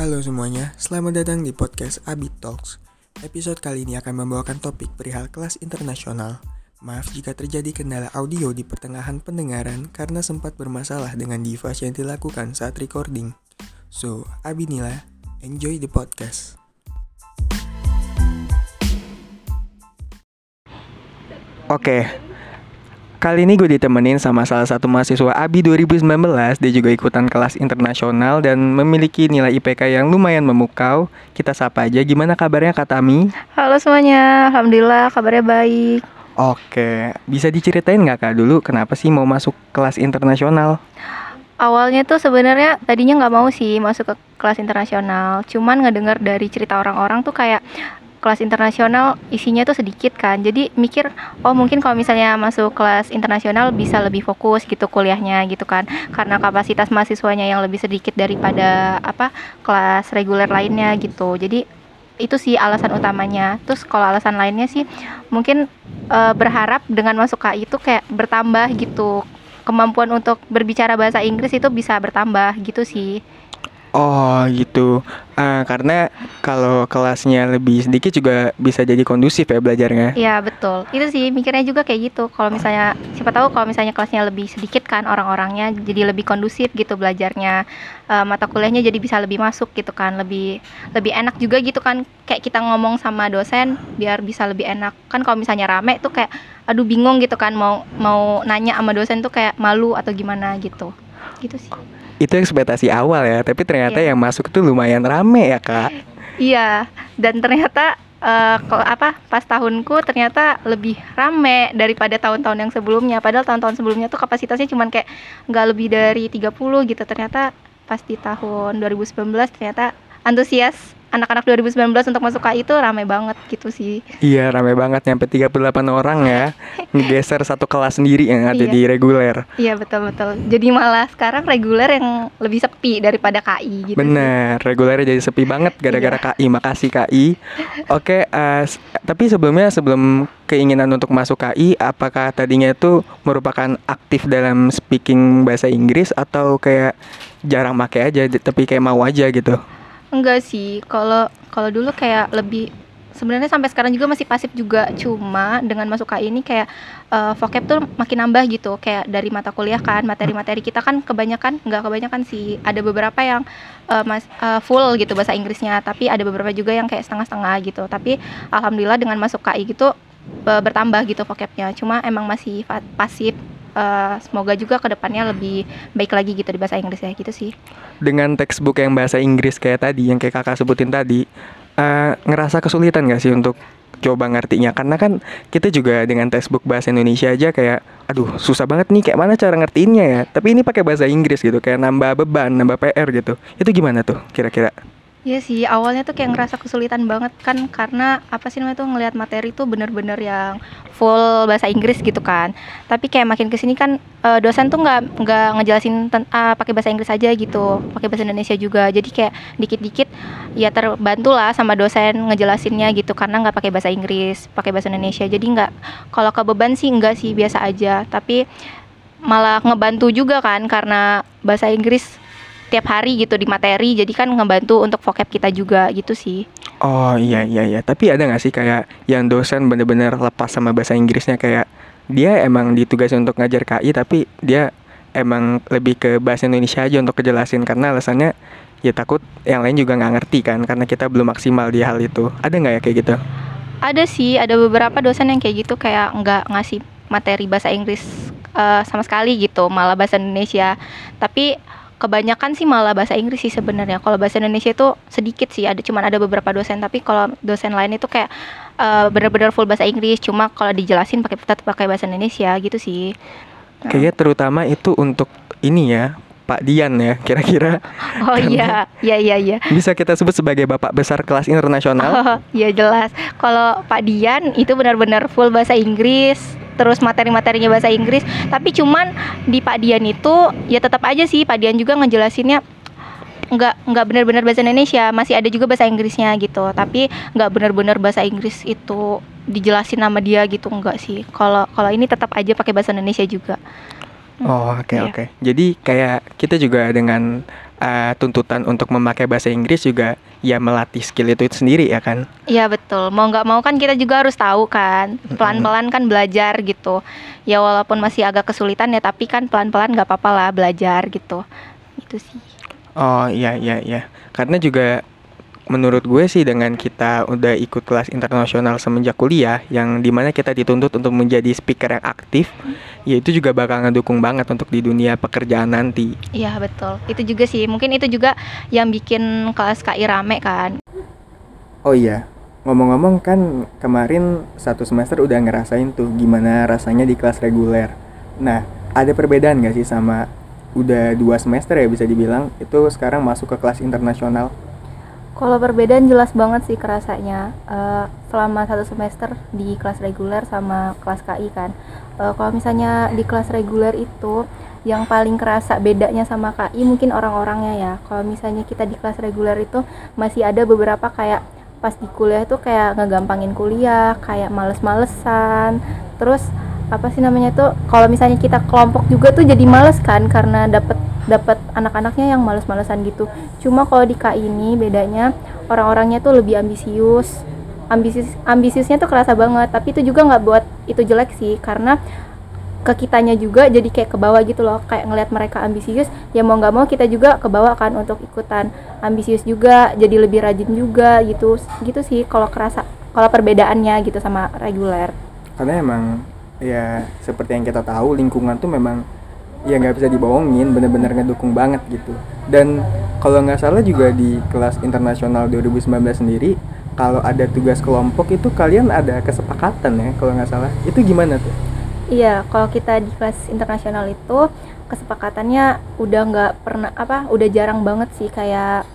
Halo semuanya, selamat datang di podcast Abit Talks. Episode kali ini akan membawakan topik perihal kelas internasional. Maaf jika terjadi kendala audio di pertengahan pendengaran karena sempat bermasalah dengan device yang dilakukan saat recording. So, Abinila, enjoy the podcast. Oke, kali ini gue ditemenin sama salah satu mahasiswa ABI 2019. Dia juga ikutan kelas internasional dan memiliki nilai IPK yang lumayan memukau. Kita sapa aja, gimana kabarnya Kak Tami? Halo semuanya, alhamdulillah kabarnya baik. Oke, bisa diceritain nggak Kak dulu kenapa sih mau masuk kelas internasional? Awalnya tuh sebenarnya tadinya nggak mau sih masuk ke kelas internasional. Cuman ngedengar dari cerita orang-orang tuh kayak kelas internasional isinya tuh sedikit kan. Jadi mikir, oh mungkin kalau misalnya masuk kelas internasional bisa lebih fokus gitu kuliahnya gitu kan. Karena kapasitas mahasiswanya yang lebih sedikit daripada kelas reguler lainnya gitu. Jadi itu sih alasan utamanya. Terus kalau alasan lainnya sih mungkin berharap dengan masuk KI itu kayak bertambah gitu. Kemampuan untuk berbicara bahasa Inggris itu bisa bertambah gitu sih. Oh gitu, karena kalau kelasnya lebih sedikit juga bisa jadi kondusif ya belajarnya. Iya betul, itu sih mikirnya juga kayak gitu. Kalau misalnya, siapa tahu kalau misalnya kelasnya lebih sedikit kan orang-orangnya jadi lebih kondusif gitu belajarnya, mata kuliahnya jadi bisa lebih masuk gitu kan, lebih enak juga gitu kan. Kayak kita ngomong sama dosen biar bisa lebih enak kan. Kalau misalnya rame tuh kayak aduh bingung gitu kan, mau nanya sama dosen tuh kayak malu atau gimana gitu sih. Itu ekspektasi awal ya, tapi ternyata yang masuk tuh lumayan rame ya Kak. Iya, dan ternyata pas tahunku ternyata lebih rame daripada tahun-tahun yang sebelumnya. Padahal tahun-tahun sebelumnya tuh kapasitasnya cuman kayak nggak lebih dari 30 gitu. Ternyata pas di tahun 2019 ternyata antusias anak-anak 2019 untuk masuk KI itu rame banget gitu sih. Iya, rame banget, nyampe 38 orang ya. Ngegeser satu kelas sendiri yang ada di reguler. Iya, betul-betul. Jadi malah sekarang reguler yang lebih sepi daripada KI gitu. Bener, regulernya jadi sepi banget gara-gara KI. Makasih KI. Oke, tapi sebelum keinginan untuk masuk KI, apakah tadinya itu merupakan aktif dalam speaking bahasa Inggris atau kayak jarang pakai aja tapi kayak mau aja gitu? Enggak sih, kalau dulu kayak lebih, sebenarnya sampai sekarang juga masih pasif juga. Cuma dengan masuk KI ini kayak vocab tuh makin nambah gitu. Kayak dari mata kuliah kan, materi-materi kita kan nggak kebanyakan sih. Ada beberapa yang full gitu bahasa Inggrisnya, tapi ada beberapa juga yang kayak setengah-setengah gitu. Tapi alhamdulillah dengan masuk KI gitu bertambah gitu vocabnya. Cuma emang masih pasif. Semoga juga kedepannya lebih baik lagi gitu di bahasa Inggris ya gitu sih. Dengan textbook yang bahasa Inggris kayak tadi, yang kayak kakak sebutin tadi, ngerasa kesulitan gak sih untuk coba ngertinya? Karena kan kita juga dengan textbook bahasa Indonesia aja kayak, aduh susah banget nih, kayak mana cara ngertiinnya ya. Tapi ini pakai bahasa Inggris gitu, kayak nambah beban, nambah PR gitu. Itu gimana tuh kira-kira? Iya sih, awalnya tuh kayak ngerasa kesulitan banget kan, karena tuh ngelihat materi tuh bener-bener yang full bahasa Inggris gitu kan. Tapi kayak makin kesini kan dosen tuh nggak ngejelasin pakai bahasa Inggris aja gitu, pakai bahasa Indonesia juga. Jadi kayak dikit-dikit ya terbantu lah sama dosen ngejelasinnya gitu, karena nggak pakai bahasa Inggris, pakai bahasa Indonesia. Jadi nggak, kalau kebeban sih nggak sih, biasa aja. Tapi malah ngebantu juga kan, karena bahasa Inggris tiap hari gitu di materi, jadi kan ngebantu untuk vocab kita juga gitu sih. Oh iya. Tapi ada gak sih kayak yang dosen bener-bener lepas sama bahasa Inggrisnya, kayak dia emang ditugasin untuk ngajar KI tapi dia emang lebih ke bahasa Indonesia aja untuk kejelasin, karena alasannya ya takut yang lain juga gak ngerti kan, karena kita belum maksimal di hal itu. Ada gak ya kayak gitu? Ada sih, ada beberapa dosen yang kayak gitu, kayak nggak ngasih materi bahasa Inggris sama sekali gitu, malah bahasa Indonesia. Tapi kebanyakan sih malah bahasa Inggris sih sebenarnya. Kalau bahasa Indonesia itu sedikit sih, cuman ada beberapa dosen. Tapi kalau dosen lain itu kayak benar-benar full bahasa Inggris. Cuma kalau dijelasin tetap pakai bahasa Indonesia gitu sih. Kayaknya terutama itu untuk ini ya, Pak Dian ya, kira-kira. Oh iya. Bisa kita sebut sebagai bapak besar kelas internasional. Oh iya jelas. Kalau Pak Dian itu benar-benar full bahasa Inggris, terus materi-materinya bahasa Inggris. Tapi cuman di Pak Dian itu ya tetap aja sih Pak Dian juga ngejelasinnya nggak benar-benar bahasa Indonesia, masih ada juga bahasa Inggrisnya gitu. Tapi nggak benar-benar bahasa Inggris itu dijelasin sama dia gitu, enggak sih. Kalau ini tetap aja pakai bahasa Indonesia juga. Oh oke. Jadi kayak kita juga dengan tuntutan untuk memakai bahasa Inggris juga ya melatih skill itu sendiri ya kan. Iya betul, mau nggak mau kan kita juga harus tahu kan, pelan-pelan kan belajar gitu. Ya walaupun masih agak kesulitan ya, tapi kan pelan-pelan nggak apa-apa lah belajar gitu. Itu sih. Oh iya iya iya. Karena juga menurut gue sih dengan kita udah ikut kelas internasional semenjak kuliah yang dimana kita dituntut untuk menjadi speaker yang aktif, ya itu juga bakal ngedukung banget untuk di dunia pekerjaan nanti. Iya betul, itu juga sih, mungkin itu juga yang bikin kelas KI rame kan. Oh iya, ngomong-ngomong kan kemarin 1 semester udah ngerasain tuh gimana rasanya di kelas reguler. Nah, ada perbedaan gak sih sama udah 2 semester ya bisa dibilang itu sekarang masuk ke kelas internasional? Kalau perbedaan jelas banget sih kerasanya selama 1 semester di kelas reguler sama kelas KI kan. Kalau misalnya di kelas reguler itu yang paling kerasa bedanya sama KI mungkin orang-orangnya ya. Kalau misalnya kita di kelas reguler itu masih ada beberapa kayak pas di kuliah itu kayak ngegampangin kuliah, kayak males-malesan. Terus apa sih namanya tuh kalau misalnya kita kelompok juga tuh jadi males kan karena dapat anak-anaknya yang males-malesan gitu. Cuma kalau di KI ini bedanya orang-orangnya tuh lebih ambisiusnya tuh kerasa banget. Tapi itu juga nggak buat itu jelek sih, karena ke kitanya juga jadi kayak ke bawah gitu loh, kayak ngelihat mereka ambisius ya mau nggak mau kita juga ke bawah kan untuk ikutan ambisius juga, jadi lebih rajin juga gitu sih kalau perbedaannya gitu sama reguler. Karena emang ya seperti yang kita tahu lingkungan tuh memang ya nggak bisa dibohongin, bener-bener ngedukung banget gitu. Dan kalau nggak salah juga di kelas internasional 2019 sendiri kalau ada tugas kelompok itu kalian ada kesepakatan ya kalau nggak salah, itu gimana tuh? Iya, kalau kita di kelas internasional itu kesepakatannya udah nggak pernah udah jarang banget sih kayak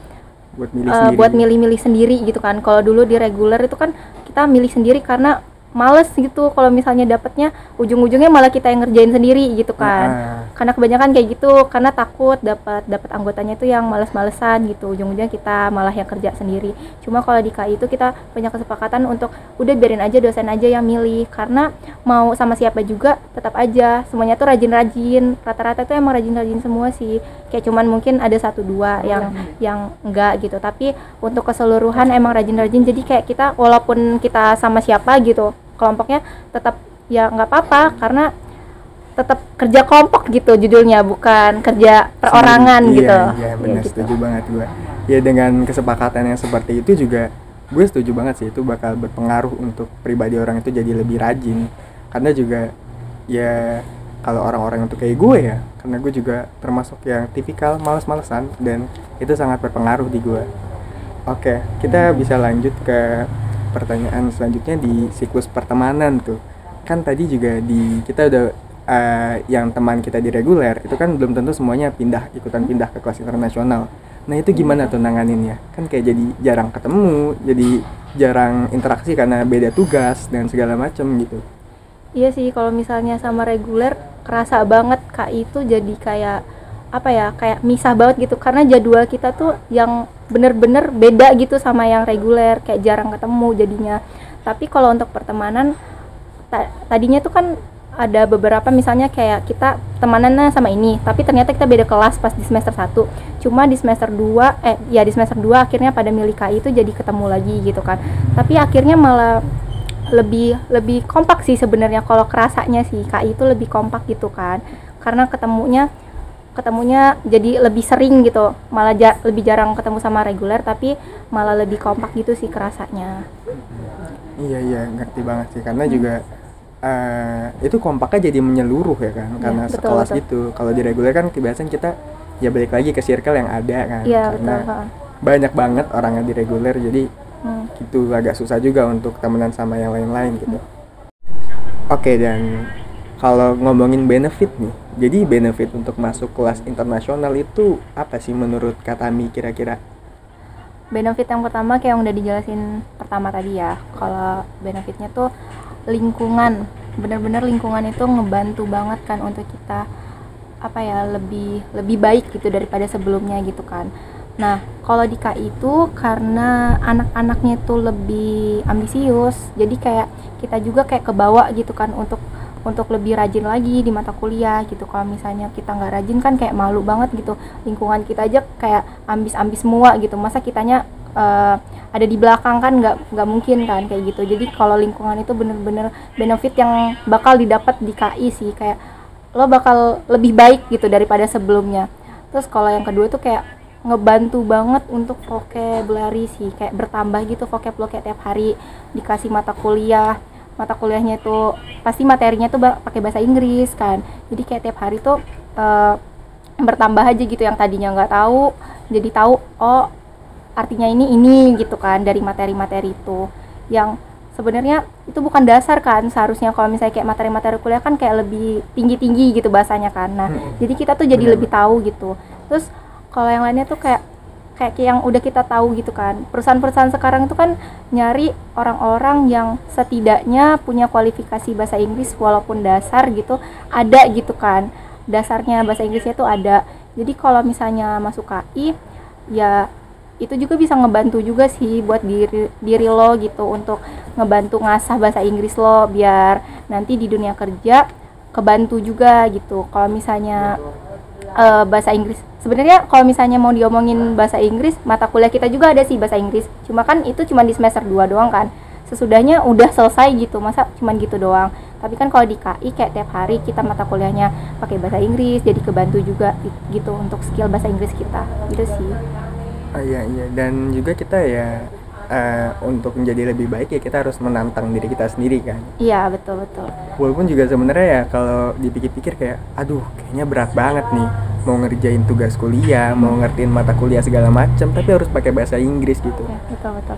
buat milih-milih sendiri gitu kan. Kalau dulu di reguler itu kan kita milih sendiri karena males gitu, kalau misalnya dapatnya ujung-ujungnya malah kita yang ngerjain sendiri gitu kan. Karena kebanyakan kayak gitu, karena takut dapat anggotanya itu yang males-malesan gitu, ujung-ujungnya kita malah yang kerja sendiri. Cuma kalau di KI itu kita punya kesepakatan untuk udah biarin aja dosen aja yang milih, karena mau sama siapa juga tetap aja semuanya tuh rajin-rajin, rata-rata tuh emang rajin-rajin semua sih, kayak cuman mungkin ada 1-2 yang enggak gitu, tapi untuk keseluruhan emang rajin-rajin. Jadi kayak kita walaupun kita sama siapa gitu kelompoknya tetap ya nggak apa-apa, karena tetap kerja kelompok gitu judulnya, bukan kerja perorangan gitu. Iya benar, gitu. Setuju banget gue. Ya dengan kesepakatan yang seperti itu juga gue setuju banget sih, itu bakal berpengaruh untuk pribadi orang itu jadi lebih rajin. Karena juga ya kalau orang-orang itu kayak gue ya, karena gue juga termasuk yang tipikal males-malesan dan itu sangat berpengaruh di gue. Oke, kita bisa lanjut ke pertanyaan selanjutnya di siklus pertemanan tuh. Kan tadi juga kita udah yang teman kita di reguler itu kan belum tentu semuanya ikutan pindah ke kelas internasional. Nah itu gimana tuh nanganinnya? Kan kayak jadi jarang ketemu, jadi jarang interaksi karena beda tugas dan segala macem gitu. Iya sih, kalau misalnya sama reguler kerasa banget KI itu jadi kayak kayak misah banget gitu, karena jadwal kita tuh yang bener-bener beda gitu sama yang reguler, kayak jarang ketemu jadinya. Tapi kalau untuk pertemanan tadinya tuh kan ada beberapa, misalnya kayak kita temanannya sama ini tapi ternyata kita beda kelas pas di semester 1, cuma di semester 2 di semester 2 akhirnya pada milih KI itu jadi ketemu lagi gitu kan. Tapi akhirnya malah lebih kompak sih sebenarnya, kalau kerasanya sih KI itu lebih kompak gitu kan, karena ketemunya jadi lebih sering gitu, malah lebih jarang ketemu sama reguler tapi malah lebih kompak gitu sih kerasanya. Iya ngerti banget sih, karena juga itu kompaknya jadi menyeluruh ya kan, karena betul, sekelas gitu. Kalau di reguler kan kebiasaan kita ya balik lagi ke circle yang ada kan, karena banyak banget orangnya di reguler, jadi gitu agak susah juga untuk temenan sama yang lain-lain gitu. Oke, dan kalau ngomongin benefit nih, jadi benefit untuk masuk kelas internasional itu apa sih menurut Kak Tami kira-kira? Benefit yang pertama kayak yang udah dijelasin pertama tadi ya, kalau benefitnya tuh lingkungan, bener-bener lingkungan itu ngebantu banget kan untuk kita lebih baik gitu daripada sebelumnya gitu kan. Nah kalau di KI itu karena anak-anaknya itu lebih ambisius, jadi kayak kita juga kayak kebawa gitu kan untuk untuk lebih rajin lagi di mata kuliah gitu. Kalau misalnya kita nggak rajin kan kayak malu banget gitu, lingkungan kita aja kayak ambis-ambis semua gitu, masa kitanya ada di belakang kan nggak mungkin kan kayak gitu. Jadi kalau lingkungan itu bener-bener benefit yang bakal didapat di KI sih, kayak lo bakal lebih baik gitu daripada sebelumnya. Terus kalau yang kedua tuh kayak ngebantu banget untuk vocabulary sih, kayak bertambah gitu vocab lo, kayak tiap hari dikasih mata kuliahnya itu pasti materinya tuh pakai bahasa Inggris kan, jadi kayak tiap hari tuh bertambah aja gitu, yang tadinya nggak tahu jadi tahu, oh artinya ini gitu kan, dari materi-materi itu yang sebenarnya itu bukan dasar kan seharusnya. Kalau misalnya kayak materi-materi kuliah kan kayak lebih tinggi-tinggi gitu bahasanya kan, nah jadi kita tuh jadi lebih tahu gitu. Terus kalau yang lainnya tuh kayak yang udah kita tahu gitu kan, perusahaan-perusahaan sekarang itu kan nyari orang-orang yang setidaknya punya kualifikasi bahasa Inggris walaupun dasar gitu, ada gitu kan, dasarnya bahasa Inggrisnya tuh ada. Jadi kalau misalnya masuk KI ya itu juga bisa ngebantu juga sih buat diri lo gitu, untuk ngebantu ngasah bahasa Inggris lo biar nanti di dunia kerja kebantu juga gitu. Kalau misalnya bahasa Inggris sebenarnya kalau misalnya mau diomongin bahasa Inggris, mata kuliah kita juga ada sih bahasa Inggris, cuma kan itu cuma di semester 2 doang kan, sesudahnya udah selesai gitu, masa cuma gitu doang. Tapi kan kalau di KI kayak tiap hari kita mata kuliahnya pakai bahasa Inggris, jadi kebantu juga gitu untuk skill bahasa Inggris kita gitu sih. Iya, dan juga kita ya untuk menjadi lebih baik ya kita harus menantang diri kita sendiri kan. Iya, betul. Walaupun juga sebenarnya ya kalau dipikir-pikir kayak aduh kayaknya berat banget nih mau ngerjain tugas kuliah, mau ngertiin mata kuliah segala macam, tapi harus pakai bahasa Inggris gitu. Ya, betul.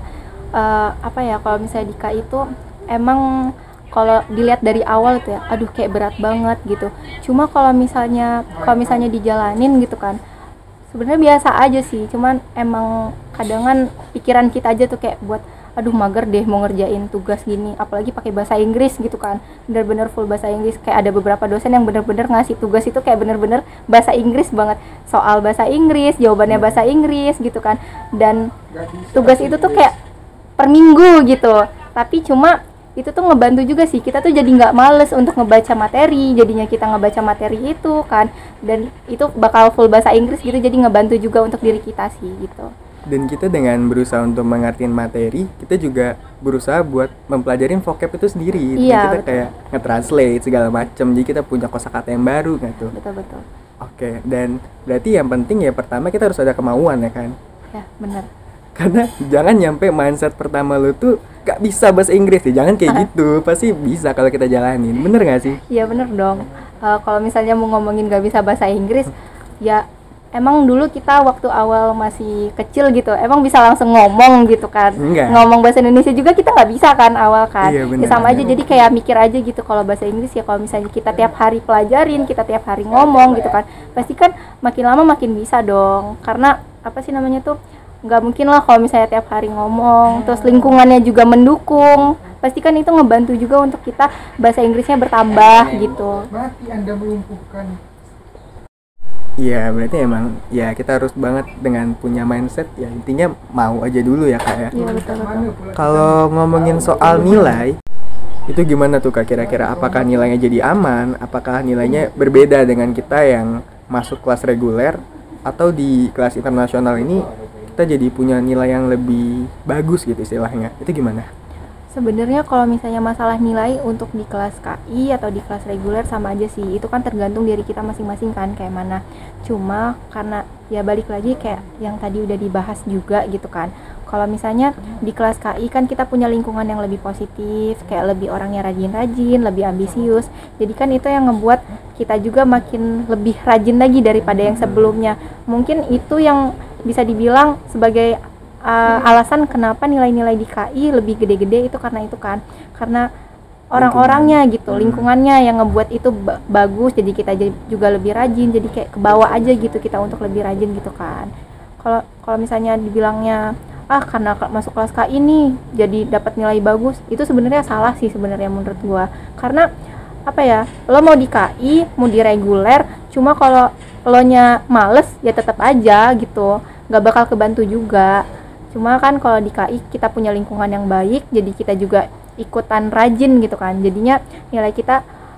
Apa ya, kalau misalnya di KI itu emang kalau dilihat dari awal itu ya, aduh kayak berat banget gitu. Cuma kalau misalnya dijalanin gitu kan, sebenarnya biasa aja sih, cuman emang kadangan pikiran kita aja tuh kayak buat aduh mager deh mau ngerjain tugas gini, apalagi pakai bahasa Inggris gitu kan, bener-bener full bahasa Inggris. Kayak ada beberapa dosen yang bener-bener ngasih tugas itu kayak bener-bener bahasa Inggris banget, soal bahasa Inggris, jawabannya bahasa Inggris gitu kan, dan tugas itu tuh kayak per minggu gitu. Tapi cuma itu tuh ngebantu juga sih, kita tuh jadi nggak males untuk ngebaca materi, jadinya kita ngebaca materi itu kan, dan itu bakal full bahasa Inggris gitu, jadi ngebantu juga untuk diri kita sih gitu. Dan kita dengan berusaha untuk mengertiin materi, kita juga berusaha buat mempelajarin vocab itu sendiri. Iya, kita betul. kayak nge-translate segala macam, jadi kita punya kosakata yang baru gitu. Betul. Oke, dan berarti yang penting ya pertama kita harus ada kemauan ya kan. Ya, benar. Karena jangan nyampe mindset pertama lu tuh gak bisa bahasa Inggris ya, jangan kayak gitu. Pasti bisa kalau kita jalanin, bener gak sih? Iya bener dong. Kalau misalnya mau ngomongin gak bisa bahasa Inggris, ya emang dulu kita waktu awal masih kecil gitu, emang bisa langsung ngomong gitu kan. Enggak. Ngomong bahasa Indonesia juga kita nggak bisa kan awal kan. Iya, bener, Ya sama aja, bener. jadi kayak mikir aja gitu kalau bahasa Inggris ya, kalau misalnya kita tiap hari pelajarin, kita tiap hari ngomong gitu kan, pasti kan makin lama makin bisa dong. Karena apa sih namanya tuh, nggak mungkin lah kalau misalnya tiap hari ngomong, terus lingkungannya juga mendukung, pasti kan itu ngebantu juga untuk kita bahasa Inggrisnya bertambah gitu. Mati Anda melumpuhkan. Iya, berarti emang ya kita harus banget dengan punya mindset ya, intinya mau aja dulu ya kak ya. Iya betul. Kalau ngomongin soal nilai, itu gimana tuh kak kira-kira? Apakah nilainya jadi aman? Apakah nilainya berbeda dengan kita yang masuk kelas reguler? Atau di kelas internasional ini kita jadi punya nilai yang lebih bagus gitu istilahnya? Itu gimana? Sebenarnya kalau misalnya masalah nilai untuk di kelas KI atau di kelas reguler sama aja sih. Itu kan tergantung diri kita masing-masing kan kayak mana. Cuma karena ya balik lagi kayak yang tadi udah dibahas juga gitu kan. Kalau misalnya di kelas KI kan kita punya lingkungan yang lebih positif, kayak lebih orangnya rajin-rajin, lebih ambisius. Jadi kan itu yang ngebuat kita juga makin lebih rajin lagi daripada yang sebelumnya. Mungkin itu yang bisa dibilang sebagai alasan kenapa nilai-nilai di KI lebih gede-gede, itu karena karena orang-orangnya gitu, lingkungannya yang ngebuat itu bagus, jadi kita juga lebih rajin, jadi kayak kebawa aja gitu kita untuk lebih rajin gitu kan. Kalau misalnya dibilangnya karena masuk kelas KI nih jadi dapat nilai bagus, itu sebenarnya salah sih sebenarnya menurut gua. Karena apa ya, lo mau di KI mau di reguler, cuma kalau lo nya males ya tetap aja gitu, nggak bakal kebantu juga. Cuma kan kalau di KI kita punya lingkungan yang baik, jadi kita juga ikutan rajin gitu kan, jadinya nilai kita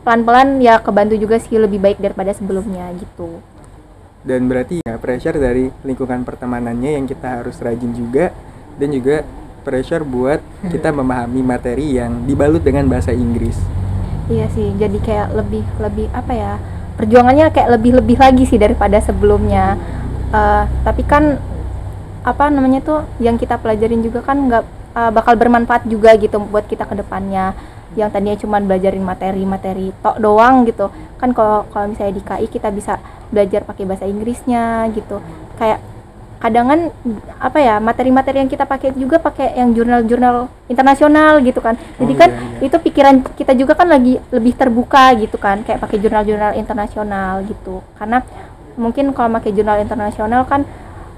pelan-pelan ya kebantu juga sih, lebih baik daripada sebelumnya gitu. Dan berarti ya pressure dari lingkungan pertemanannya yang kita harus rajin juga, dan juga pressure buat kita memahami materi yang dibalut dengan bahasa Inggris. Iya sih, jadi kayak lebih apa ya, perjuangannya kayak lebih lagi sih daripada sebelumnya. Tapi kan apa namanya tuh yang kita pelajarin juga kan nggak bakal bermanfaat juga gitu buat kita ke depannya. Yang tadinya cuma belajarin materi tok doang gitu kan, kalau misalnya di KI kita bisa belajar pakai bahasa Inggrisnya gitu. Kayak kadang apa ya, materi-materi yang kita pakai juga pakai yang jurnal-jurnal internasional gitu kan. Jadi kan iya. itu pikiran kita juga kan lagi lebih terbuka gitu kan, kayak pakai jurnal-jurnal internasional gitu. Karena mungkin kalau pakai jurnal internasional kan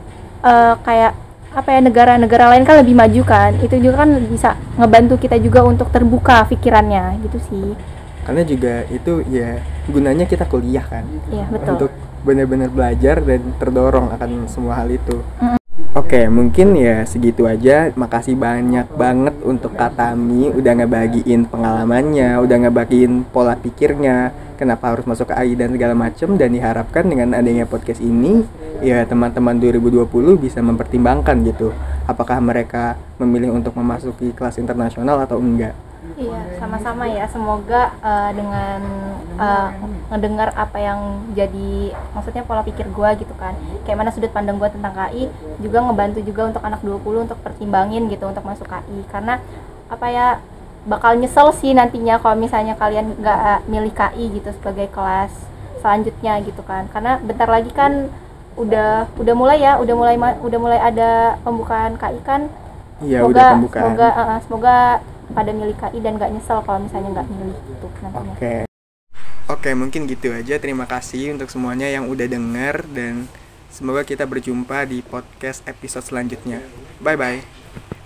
kayak apa ya, negara-negara lain kan lebih maju kan, itu juga kan bisa ngebantu kita juga untuk terbuka pikirannya gitu sih. Karena juga itu ya gunanya kita kuliah kan. Iya betul. Untuk benar-benar belajar dan terdorong akan semua hal itu. Oke, mungkin ya segitu aja. Makasih banyak banget untuk Kak Tami udah ngebagiin pengalamannya, udah ngebagiin pola pikirnya, kenapa harus masuk ke AI dan segala macem. Dan diharapkan dengan adanya podcast ini, ya teman-teman 2020 bisa mempertimbangkan gitu, apakah mereka memilih untuk memasuki kelas internasional atau enggak. Iya, sama-sama ya. Semoga dengan ngedengar apa yang jadi maksudnya pola pikir gua gitu kan. Kayak mana sudut pandang gua tentang KI juga ngebantu juga untuk anak 20 untuk pertimbangin gitu untuk masuk KI. Karena apa ya, bakal nyesel sih nantinya kalau misalnya kalian nggak milih KI gitu sebagai kelas selanjutnya gitu kan. Karena bentar lagi kan udah mulai ya, udah mulai ada pembukaan KI kan. Iya, udah pembukaan. Semoga pada milih KI dan gak nyesel kalau misalnya gak milih itu nantinya. Oke, mungkin gitu aja. Terima kasih untuk semuanya yang udah denger, dan semoga kita berjumpa di podcast episode selanjutnya. Bye-bye.